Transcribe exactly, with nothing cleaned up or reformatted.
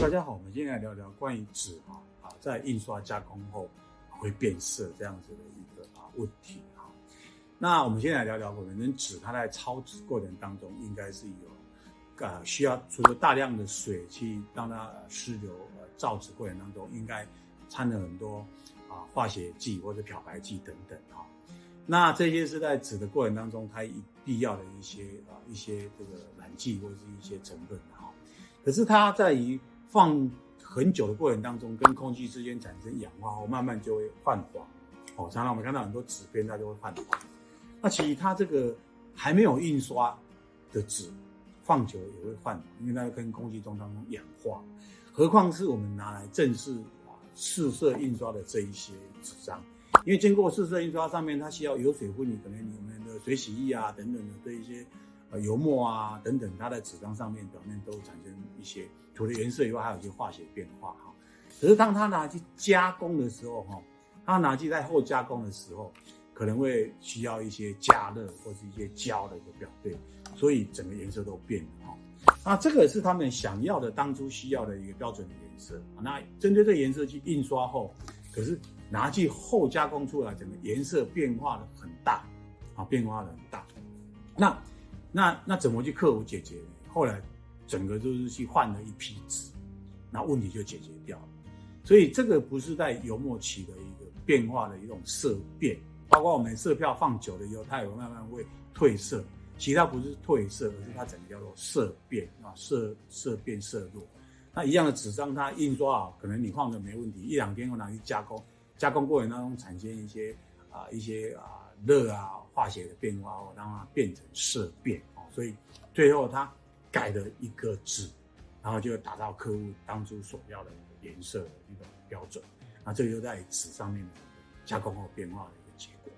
大家好，我们今天来聊聊关于纸哈啊，在印刷加工后会变色这样子的一个啊问题哈。那我们先来聊聊，我们的纸它在抄纸过程当中，应该是有呃需要除了大量的水去让它湿流呃造纸过程当中，应该掺了很多啊化学剂或者漂白剂等等哈。那这些是在纸的过程当中，它必要的一些啊一些这个染剂或者是一些成分哈。可是它在于放很久的过程当中，跟空气之间产生氧化后，慢慢就会泛黄。哦，常常我们看到很多纸片它就会泛黄。那其实它这个还没有印刷的纸，放久了也会泛黄，因为它跟空气中当中氧化。何况是我们拿来正式啊四色印刷的这一些纸张，因为经过四色印刷上面，它需要油水分离，可能你们的水洗液啊等等的这一些呃油墨啊等等，它在纸张上面表面都产生一些除了颜色以外，还有一些化学变化哈。可是当它拿去加工的时候哈，它拿去在后加工的时候，可能会需要一些加热或是一些胶的一个表对，所以整个颜色都变了哈。那这个是他们想要的当初需要的一个标准的颜色。那针对这个颜色去印刷后，可是拿去后加工出来，整个颜色变化的很大啊，变化的很大。那那那怎么去克服解决呢？后来整个就是去换了一批纸，那问题就解决掉了。所以这个不是在油墨起的一个变化的一种色变，包括我们色票放久了以后，它也会慢慢会褪色。其实它不是褪色，而是它整个叫做色变啊，色色变色弱。那一样的纸张，它印刷好，可能你放的没问题，一两天后拿去加工，加工过程当中产生一些啊一些啊热啊化学的变化后，让它变成色变哦，所以最后它改了一个纸，然后就达到客户当初所要的颜色的一种标准。那这个就在纸上面的加工后变化的一个结果。